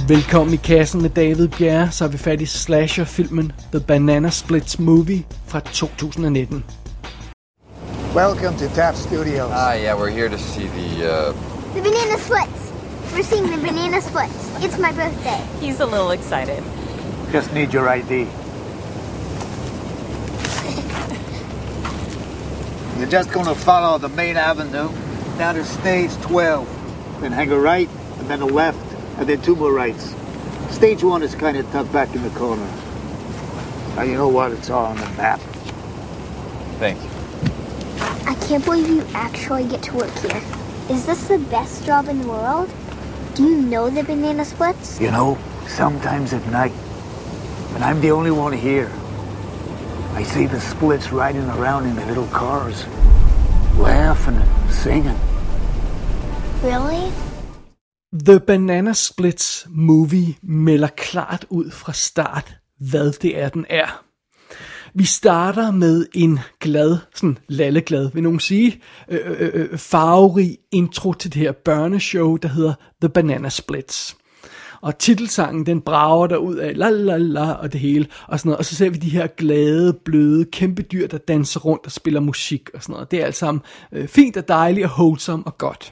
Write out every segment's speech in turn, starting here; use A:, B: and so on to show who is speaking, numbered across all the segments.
A: Velkommen i kassen med David Bjerre, så er vi fat i slasher-filmen The Banana Splits Movie fra 2019.
B: Welcome to Taft Studios.
C: Yeah, we're here to see the
D: Banana Splits. We're seeing the Banana Splits. It's my birthday.
E: He's a little excited.
B: Just need your ID. You're just gonna follow the main avenue down to stage 12. Then hang a right, and then a left, and then 2 more rights. Stage 1 is kind of tucked back in the corner. Now you know what? It's all on the map.
C: Thank you.
D: I can't believe you actually get to work here. Is this the best job in the world? Do you know the Banana Splits?
B: You know, sometimes at night, when I'm the only one here, I see the splits riding around in the little cars, laughing and singing.
D: Really?
A: The Banana Splits Movie melder klart ud fra start, hvad det er, den er. Vi starter med en glad, sådan lalleglad, vil nogen sige, farverig intro til det her børneshow, der hedder The Banana Splits. Og titelsangen, den brager der ud af la la la og det hele, og sådan noget. Og så ser vi de her glade, bløde, kæmpe dyr, der danser rundt og spiller musik og sådan noget. Det er alt sammen fint og dejligt og wholesome og godt.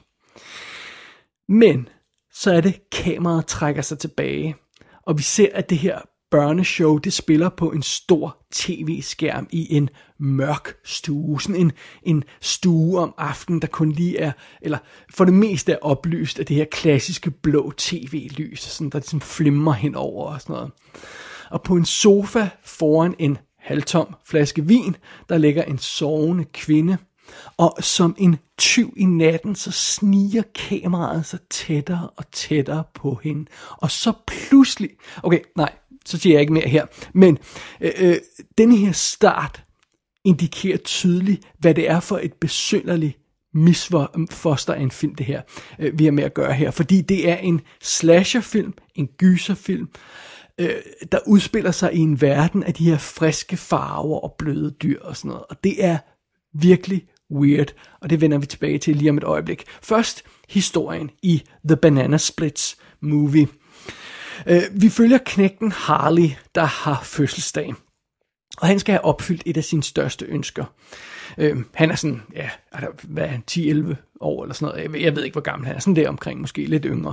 A: Men så er det, kameraet trækker sig tilbage, og vi ser, at det her børneshow, det spiller på en stor tv-skærm i en mørk stue. Sådan en stue om aftenen, der kun lige er, eller for det meste er oplyst af det her klassiske blå tv-lys, sådan, der ligesom flimrer henover og sådan noget. Og på en sofa foran en halvtom flaske vin, der ligger en sovende kvinde, og som en tyv i natten, så sniger kameraet sig tættere og tættere på hende. Og så pludselig, okay, nej, så siger jeg ikke mere her, men denne her start indikerer tydeligt, hvad det er for et besynderligt misfoster af en film, det her, vi har med at gøre her. Fordi det er en slasherfilm, en gyserfilm, der udspiller sig i en verden af de her friske farver og bløde dyr og sådan noget. Og det er virkelig weird, og det vender vi tilbage til lige om et øjeblik. Først historien i The Banana Splits Movie. Vi følger knægten Harley, der har fødselsdag, og han skal have opfyldt et af sine største ønsker. Han er sådan, ja, hvad er han, 10-11 år eller sådan noget, jeg ved ikke hvor gammel han er, sådan der omkring, måske lidt yngre.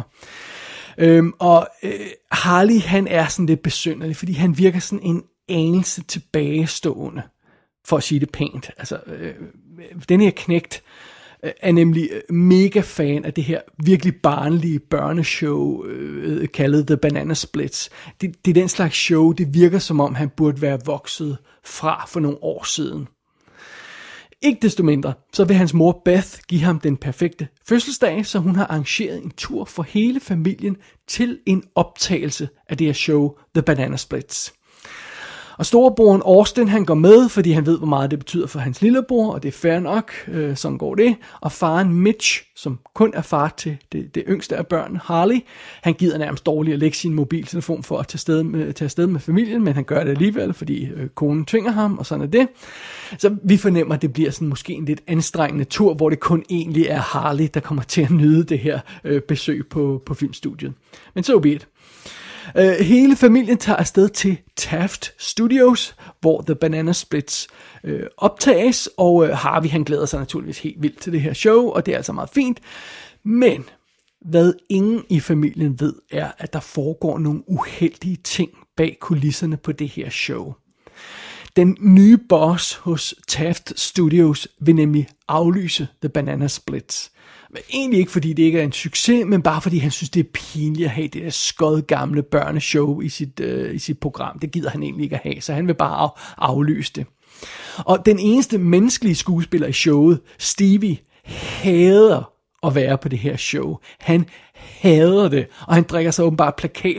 A: Harley, han er sådan lidt besynderlig, fordi han virker sådan en anelse tilbagestående, for at sige det pænt. Altså, den her knægt er nemlig mega fan af det her virkelig barnlige børneshow, kaldet The Banana Splits. Det er den slags show, det virker som om han burde være vokset fra for nogle år siden. Ikke desto mindre, så vil hans mor Beth give ham den perfekte fødselsdag, så hun har arrangeret en tur for hele familien til en optagelse af det her show, The Banana Splits. Og storebroren Austin, han går med, fordi han ved, hvor meget det betyder for hans lillebror, og det er fair nok, sådan går det. Og faren Mitch, som kun er far til det yngste af børn, Harley, han gider nærmest dårligt at lægge sin mobiltelefon for at tage afsted med familien, men han gør det alligevel, fordi konen tvinger ham, og sådan er det. Så vi fornemmer, at det bliver sådan måske en lidt anstrengende tur, hvor det kun egentlig er Harley, der kommer til at nyde det her besøg på filmstudiet. Men so be it. Hele familien tager afsted til Taft Studios, hvor The Banana Splits optages, og Harvey, han glæder sig naturligvis helt vildt til det her show, og det er altså meget fint. Men hvad ingen i familien ved, er, at der foregår nogle uheldige ting bag kulisserne på det her show. Den nye boss hos Taft Studios vil nemlig aflyse The Banana Splits. Men egentlig ikke, fordi det ikke er en succes, men bare fordi han synes, det er pinligt at have det der skød gamle børneshow i sit program. Det gider han egentlig ikke at have, så han vil bare aflyse det. Og den eneste menneskelige skuespiller i showet, Stevie, hader at være på det her show. Han hader det, og han drikker sig åbenbart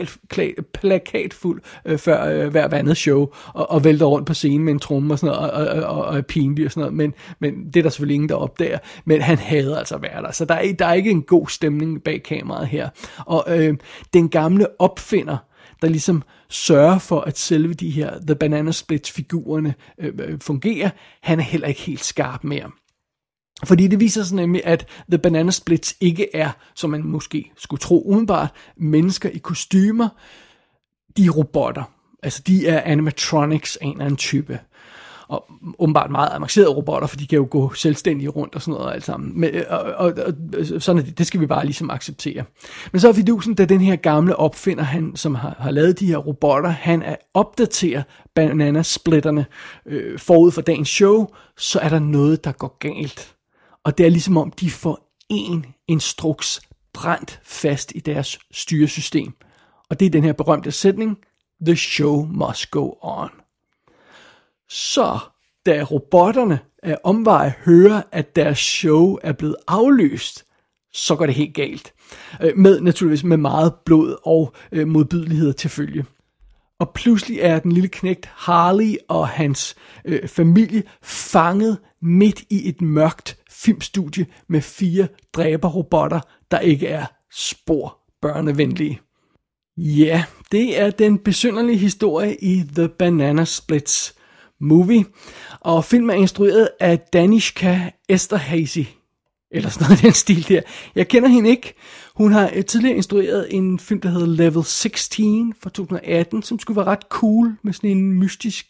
A: plakatfuld før hver andet show, og vælter rundt på scenen med en tromme og sådan noget, og er pinlig og sådan noget, men det er der selvfølgelig ingen, der opdager, men han hader altså at være der, så der er ikke en god stemning bag kameraet her, og den gamle opfinder, der ligesom sørger for, at selve de her The Banana Splits figurerne fungerer, han er heller ikke helt skarp mere. Fordi det viser sig nemlig, at The Banana Splits ikke er, som man måske skulle tro umiddelbart, mennesker i kostymer. De er robotter. Altså de er animatronics af en eller anden type. Og åbenbart meget avancerede robotter, for de kan jo gå selvstændigt rundt og sådan noget alt sammen. Men, og sådan er det skal vi bare ligesom acceptere. Men så er fidusen, da den her gamle opfinder, han, som har lavet de her robotter, han opdaterer bananasplitterne forud for dagens show, så er der noget, der går galt. Og det er ligesom om, de får en instruks brændt fast i deres styresystem. Og det er den her berømte sætning, The show must go on. Så da robotterne af omveje hører, at deres show er blevet aflyst, så går det helt galt. Naturligvis med meget blod og modbydeligheder til følge. Og pludselig er den lille knægt Harley og hans familie fanget midt i et mørkt filmstudie med 4 dræberrobotter, der ikke er spor børnevenlige. Ja, det er den besynderlige historie i The Banana Splits movie, og filmen er instrueret af Danishka Esterhazy, eller sådan noget i den stil der. Jeg kender hende ikke. Hun har tidligere instrueret en film, der hedder Level 16 fra 2018, som skulle være ret cool, med sådan en mystisk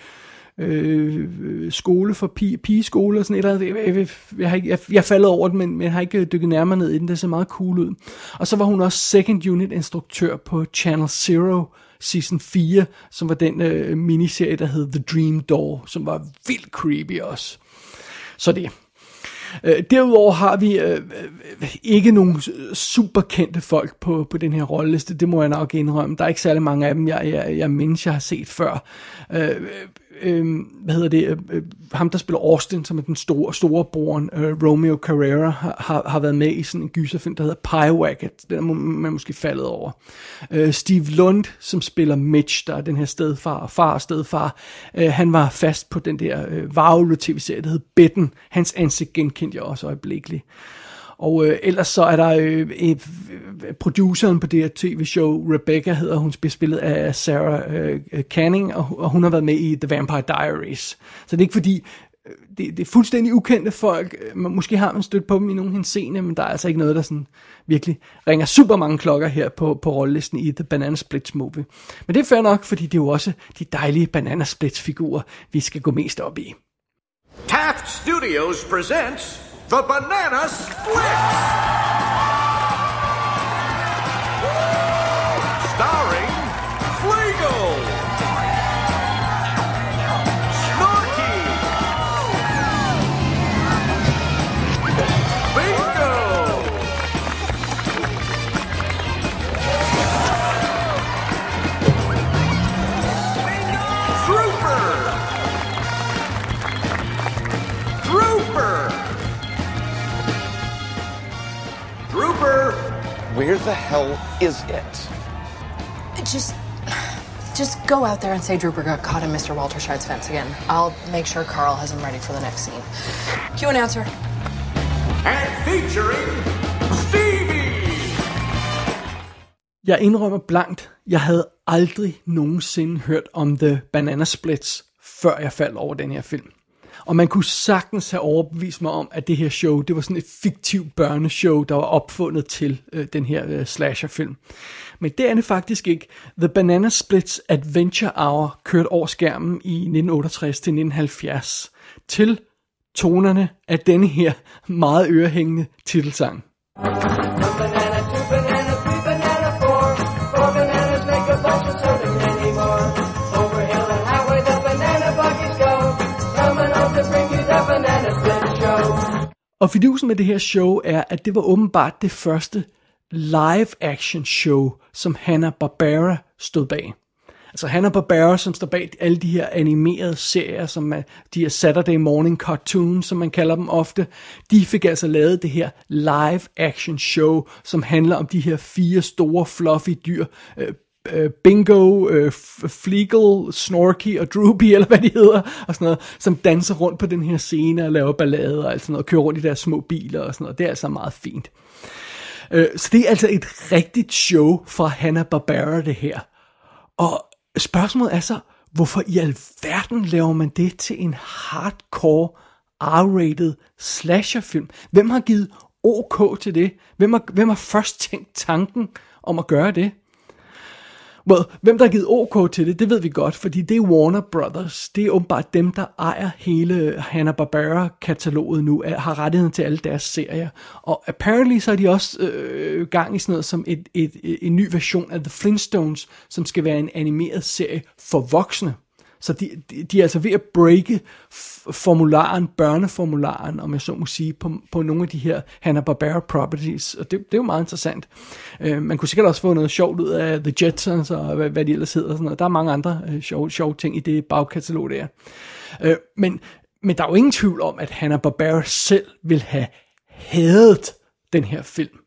A: skole for pigeskole og sådan et eller andet. Jeg faldet over den, men jeg har ikke dykket nærmere ned i den. Det ser meget cool ud. Og så var hun også second unit instruktør på Channel Zero Season 4, som var den miniserie, der hed The Dream Door, som var vildt creepy også. Så det. Derudover har vi ikke nogen super kendte folk på den her rolleliste. Det må jeg nok indrømme. Der er ikke særlig mange af dem, jeg mindes, jeg har set før. Ham der spiller Austin, som er den store broren, Romeo Carrera, har været med i sådan en gyserfilm, der hedder Pyewacket. Den er man måske faldet over. Steve Lund, som spiller Mitch, der er den her far og stedfar, han var fast på den der Varulv-tv-serie, der hed Bitten. Hans ansigt genkendte jeg også øjeblikkeligt. Og ellers så er der produceren på det her tv-show, Rebecca hedder hun, spillet af Sarah Canning, og hun har været med i The Vampire Diaries. Så det er ikke fordi, det er fuldstændig ukendte folk. Måske har man stødt på dem i nogle henseende, men der er altså ikke noget, der sådan virkelig ringer super mange klokker her på rollelisten i The Banana Splits movie. Men det er fair nok, fordi det er jo også de dejlige Banana Splits figurer, vi skal gå mest op i.
E: Taft Studios presents The Banana Splits! Starring Fleagle, Snorky, Bingo, Drooper!
C: Where the hell is it?
F: Just go out there and say Drooper got caught in Mr. Walterscheid's fence again. I'll make sure Carl has him ready for the next scene. Cue an answer.
E: And featuring Stevie!
A: Jeg indrømmer blankt, jeg havde aldrig nogensinde hørt om The Banana Splits, før jeg faldt over den her film. Og man kunne sagtens have overbevist mig om, at det her show, det var sådan et fiktivt børneshow, der var opfundet til den her slasherfilm. Men det er det faktisk ikke. The Banana Splits Adventure Hour kørte over skærmen i 1968 til 1970 til tonerne af denne her meget ørehængende titelsang. Og fidusen med det her show er, at det var åbenbart det første live-action show, som Hanna-Barbera stod bag. Altså Hanna-Barbera, som står bag alle de her animerede serier, som er de her Saturday morning cartoons, som man kalder dem ofte, de fik altså lavet det her live-action show, som handler om de her 4 store fluffy dyr, Bingo, Fleagle, Snorky og Droopy, eller hvad de hedder, og sådan noget, som danser rundt på den her scene og laver ballader og alt sådan noget, og kører rundt i deres små biler og sådan noget. Det er altså meget fint. Så det er altså et rigtigt show fra Hanna-Barbera, det her. Og spørgsmålet er så, hvorfor i alverden laver man det til en hardcore R-rated slasherfilm. Hvem har givet OK til det? Hvem har først tænkt tanken om at gøre det? Well, hvem der har givet OK til det ved vi godt, fordi det er Warner Brothers. Det er åbenbart dem, der ejer hele Hanna-Barbera-kataloget nu, har rettigheden til alle deres serier. Og apparently så er de også gang i sådan noget som en ny version af The Flintstones, som skal være en animeret serie for voksne. Så de er altså ved at breake børneformularen, om jeg så må sige, på nogle af de her Hanna-Barbera properties, og det er jo meget interessant. Man kunne sikkert også få noget sjovt ud af The Jetsons, og hvad de ellers hedder, sådan noget. Der er mange andre sjove ting i det bagkatalog der. Men der er jo ingen tvivl om, at Hanna-Barbera selv vil have hadet den her film.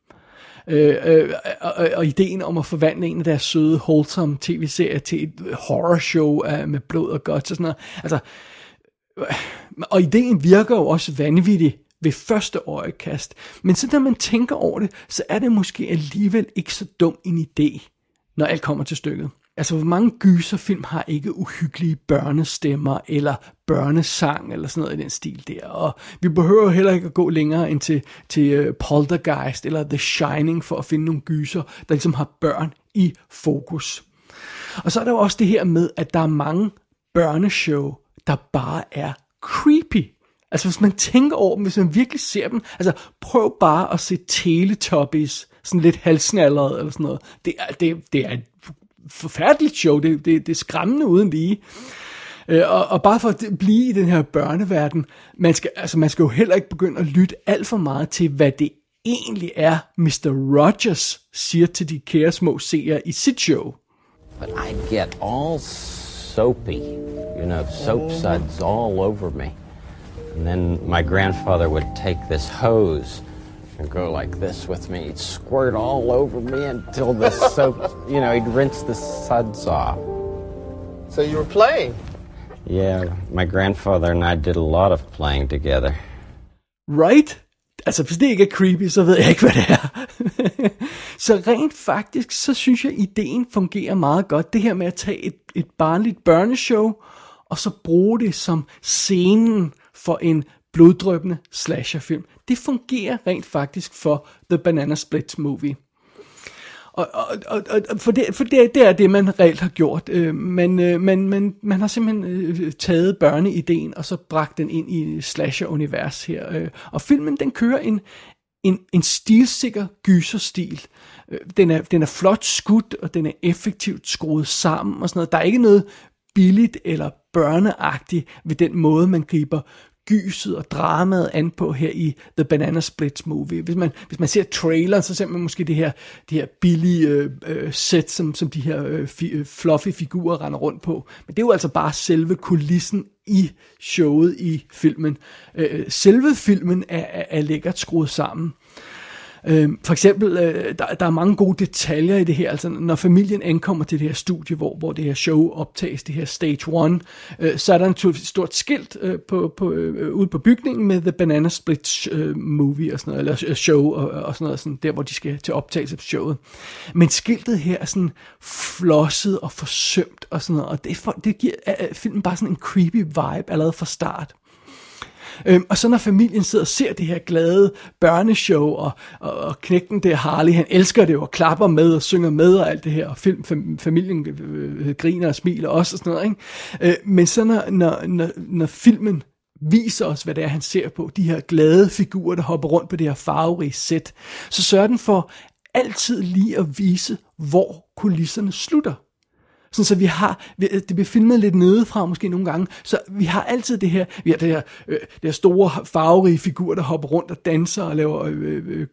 A: Og ideen om at forvandle en af deres søde, wholesome tv-serier til et horrorshow med blod og guts og sådan noget. Altså, og ideen virker jo også vanvittig ved første øjekast. Men så når man tænker over det, så er det måske alligevel ikke så dum en idé, når alt kommer til stykket. Altså, hvor mange gyserfilm har ikke uhyggelige børnestemmer, eller børnesang, eller sådan noget i den stil der. Og vi behøver heller ikke at gå længere end til Poltergeist, eller The Shining, for at finde nogle gyser, der ligesom har børn i fokus. Og så er der jo også det her med, at der er mange børneshow, der bare er creepy. Altså, hvis man tænker over dem, hvis man virkelig ser dem, altså, prøv bare at se Teletubbies, sådan lidt halsnalleret, eller sådan noget. Det er et forfærdeligt show, det er skræmmende uden lige. Og bare for at blive i den her børneverden, man skal jo heller ikke begynde at lytte alt for meget til, hvad det egentlig er, Mr. Rogers siger til de kære små seere i sit show.
G: But I get all soapy, soap suds all over me. And then my grandfather would take this hose and go like this with me. He'd squirt all over me until the soap, he'd rinse the suds off.
H: So you were playing?
G: Yeah, my grandfather and I did a lot of playing together.
A: Right? Altså, hvis det ikke er creepy, så ved jeg ikke, hvad det er. Så rent faktisk, så synes jeg, ideen fungerer meget godt. Det her med at tage et barnligt børneshow, og så bruge det som scenen for en bloddrøbende slasherfilm. Det fungerer rent faktisk for The Banana Splits Movie. For det er det, man reelt har gjort. Man har simpelthen taget børneideen, og så bragt den ind i slasher-univers her. Og filmen, den kører en stilsikker gyserstil. Den er flot skudt, og den er effektivt skruet sammen og sådan noget. Der er ikke noget billigt eller børneagtigt ved den måde, man griber gyset og dramaet an på her i The Banana Splits Movie. Hvis man ser traileren, så ser man måske det her billige sæt, som de her fluffy figurer render rundt på. Men det er jo altså bare selve kulissen i showet i filmen. Selve filmen er lækkert skruet sammen. For eksempel, der er mange gode detaljer i det her, altså når familien ankommer til det her studie, hvor det her show optages, det her Stage 1, så er der et stort skilt ude på bygningen med The Banana Splits Movie og sådan noget, eller show og sådan noget, sådan der hvor de skal til optagelse på showet. Men skiltet her er sådan flosset og forsømt og sådan noget, og det giver filmen bare sådan en creepy vibe allerede fra start. Og så når familien sidder og ser det her glade børneshow, og knægten der Harley, han elsker det og klapper med og synger med og alt det her, og familien griner og smiler også og sådan noget, ikke? Men så når filmen viser os, hvad det er, han ser på, de her glade figurer, der hopper rundt på det her farverige sæt, så sørger den for altid lige at vise, hvor kulisserne slutter. Sådan så det bliver filmet lidt nedefra måske nogle gange, så vi har altid det her store farverige figur, der hopper rundt og danser og laver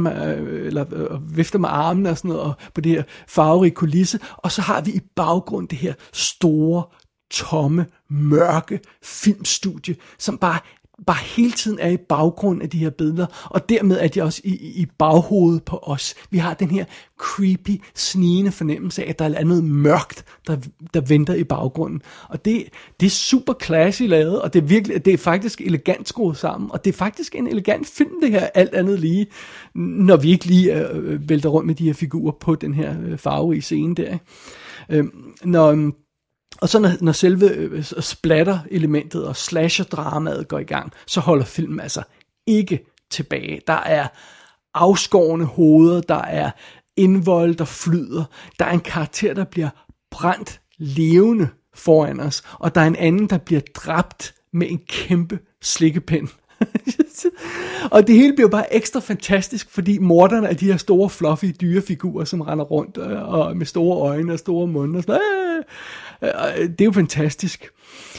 A: eller vifter med armene og sådan noget, og på det her farverige kulisse, og så har vi i baggrund det her store, tomme, mørke filmstudie, som bare hele tiden er i baggrunden af de her billeder, og dermed er de også i baghovedet på os. Vi har den her creepy, snigende fornemmelse af, at der er noget mørkt, der venter i baggrunden. Og det er super classy lavet, og det er faktisk elegant skruet sammen, og det er faktisk en elegant film, det her, alt andet lige, når vi ikke lige vælter rundt med de her figurer på den her farverige scene der. Og så når selve splatter-elementet og slasher-dramaet går i gang, så holder filmen altså ikke tilbage. Der er afskårne hoveder, der er indvold, der flyder, der er en karakter, der bliver brændt levende foran os, og der er en anden, der bliver dræbt med en kæmpe slikkepind. Og det hele bliver bare ekstra fantastisk, fordi morderne er de her store fluffy dyrefigurer, som render rundt og med store øjne og store munde og sådan noget. Det er jo fantastisk.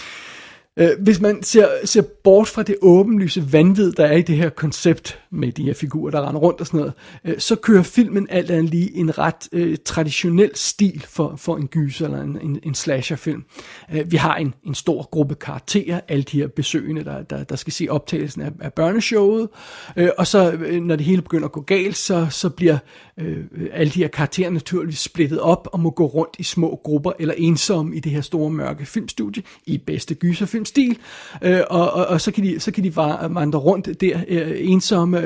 A: Hvis man ser bort fra det åbenlyse vanvid, der er i det her koncept med de her figurer, der render rundt og sådan noget, så kører filmen alt andet lige en ret traditionel stil for en gyser eller en slasherfilm. Vi har en stor gruppe karakterer, alle de her besøgende, der skal se optagelsen af børneshowet, og så når det hele begynder at gå galt, så bliver alle de her karakterer naturligvis splittet op og må gå rundt i små grupper eller ensomme i det her store mørke filmstudie i bedste gyserfilmstil, og så kan de vandre rundt der ensomme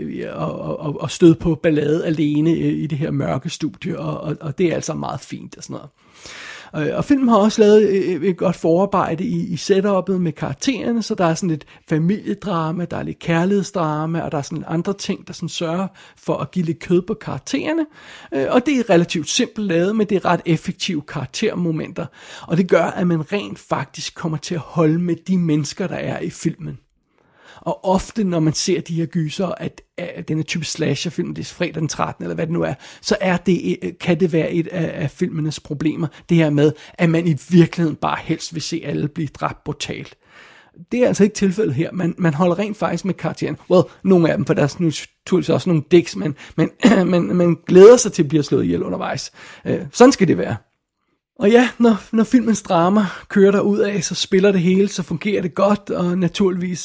A: og støde på ballade alene i det her mørke studie, og det er altså meget fint og sådan noget. Og filmen har også lavet et godt forarbejde i setup'et med karaktererne, så der er sådan et familiedrama, der er lidt kærlighedsdrama, og der er sådan andre ting, der sådan sørger for at give lidt kød på karaktererne. Og det er relativt simpelt lavet, men det er ret effektive karaktermomenter. Og det gør, at man rent faktisk kommer til at holde med de mennesker, der er i filmen. Og ofte, når man ser de her gyser, at den er typisk slasherfilm, det er fredag den 13. eller hvad det nu er, så kan det være et af filmenes problemer, det her med, at man i virkeligheden bare helst vil se alle blive dræbt brutalt. Det er altså ikke tilfældet her. Man holder rent faktisk med karakteren. Nogle af dem, for der er naturligvis også nogle dicks, men man glæder sig til at blive slået ihjel undervejs. Sådan skal det være. Og ja, når filmens drama kører der ud af, så spiller det hele, så fungerer det godt, og naturligvis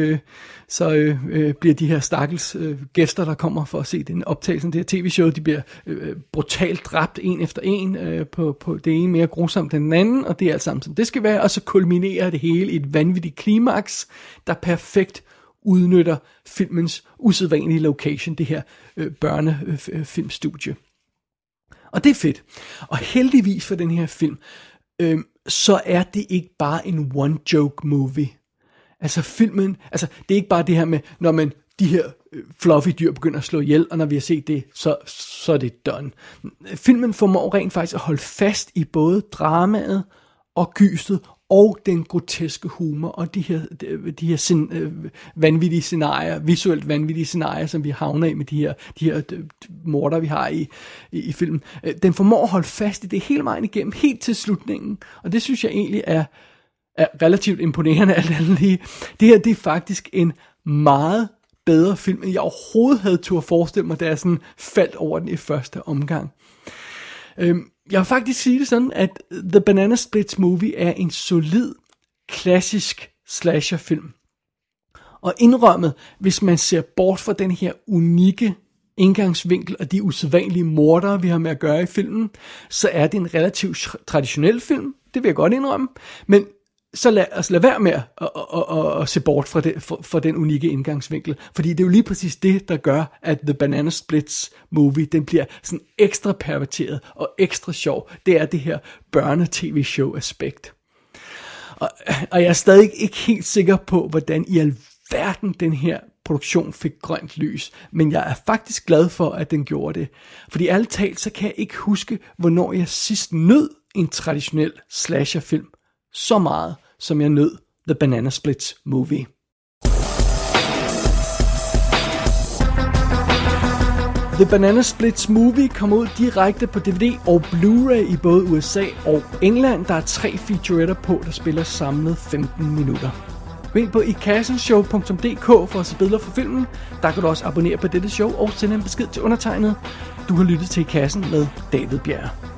A: så bliver de her stakkels gæster, der kommer for at se den optagelse af det her tv-show, de bliver brutalt dræbt en efter en på det ene mere grusomt end den anden, og det er alt sammen som det skal være, og så kulminerer det hele i et vanvittigt klimaks, der perfekt udnytter filmens usædvanlige location, det her børnefilmstudie. Og det er fedt. Og heldigvis for den her film, så er det ikke bare en one-joke movie. Altså filmen, det er ikke bare det her med, når de her fluffy dyr begynder at slå ihjel, og når vi har set det, så er det done. Filmen formår rent faktisk at holde fast i både dramaet og gyset, og den groteske humor, og de her vanvittige scenarier, visuelt vanvittige scenarier, som vi havner i med de her morder, vi har i filmen. Den formår at holde fast i det hele vejen igennem, helt til slutningen, og det synes jeg egentlig er relativt imponerende alt andet lige. Det her, det er faktisk en meget bedre film, end jeg overhovedet havde turde forestille mig, da jeg sådan faldt over den i første omgang. Jeg vil faktisk sige det sådan, at The Banana Splits Movie er en solid, klassisk slasherfilm. Og indrømmet, hvis man ser bort fra den her unikke indgangsvinkel og de usædvanlige mordere, vi har med at gøre i filmen, så er det en relativt traditionel film. Det vil jeg godt indrømme. Men så lad være med at se bort fra den unikke indgangsvinkel. Fordi det er jo lige præcis det, der gør, at The Banana Splits Movie, den bliver sådan ekstra perverteret og ekstra sjov. Det er det her børne-tv-show-aspekt. Og jeg er stadig ikke helt sikker på, hvordan i alverden den her produktion fik grønt lys. Men jeg er faktisk glad for, at den gjorde det. Fordi ærligt talt, så kan jeg ikke huske, hvornår jeg sidst nød en traditionel slasherfilm så meget, som jeg nød The Banana Splits Movie. The Banana Splits Movie kom ud direkte på DVD og Blu-ray i både USA og England. Der er 3 featuretter på, der spiller samlet 15 minutter. Gå ind på ikassenshow.dk for at se billeder fra filmen. Der kan du også abonnere på dette show og sende en besked til undertegnet. Du har lyttet til I Kassen med David Bjerg.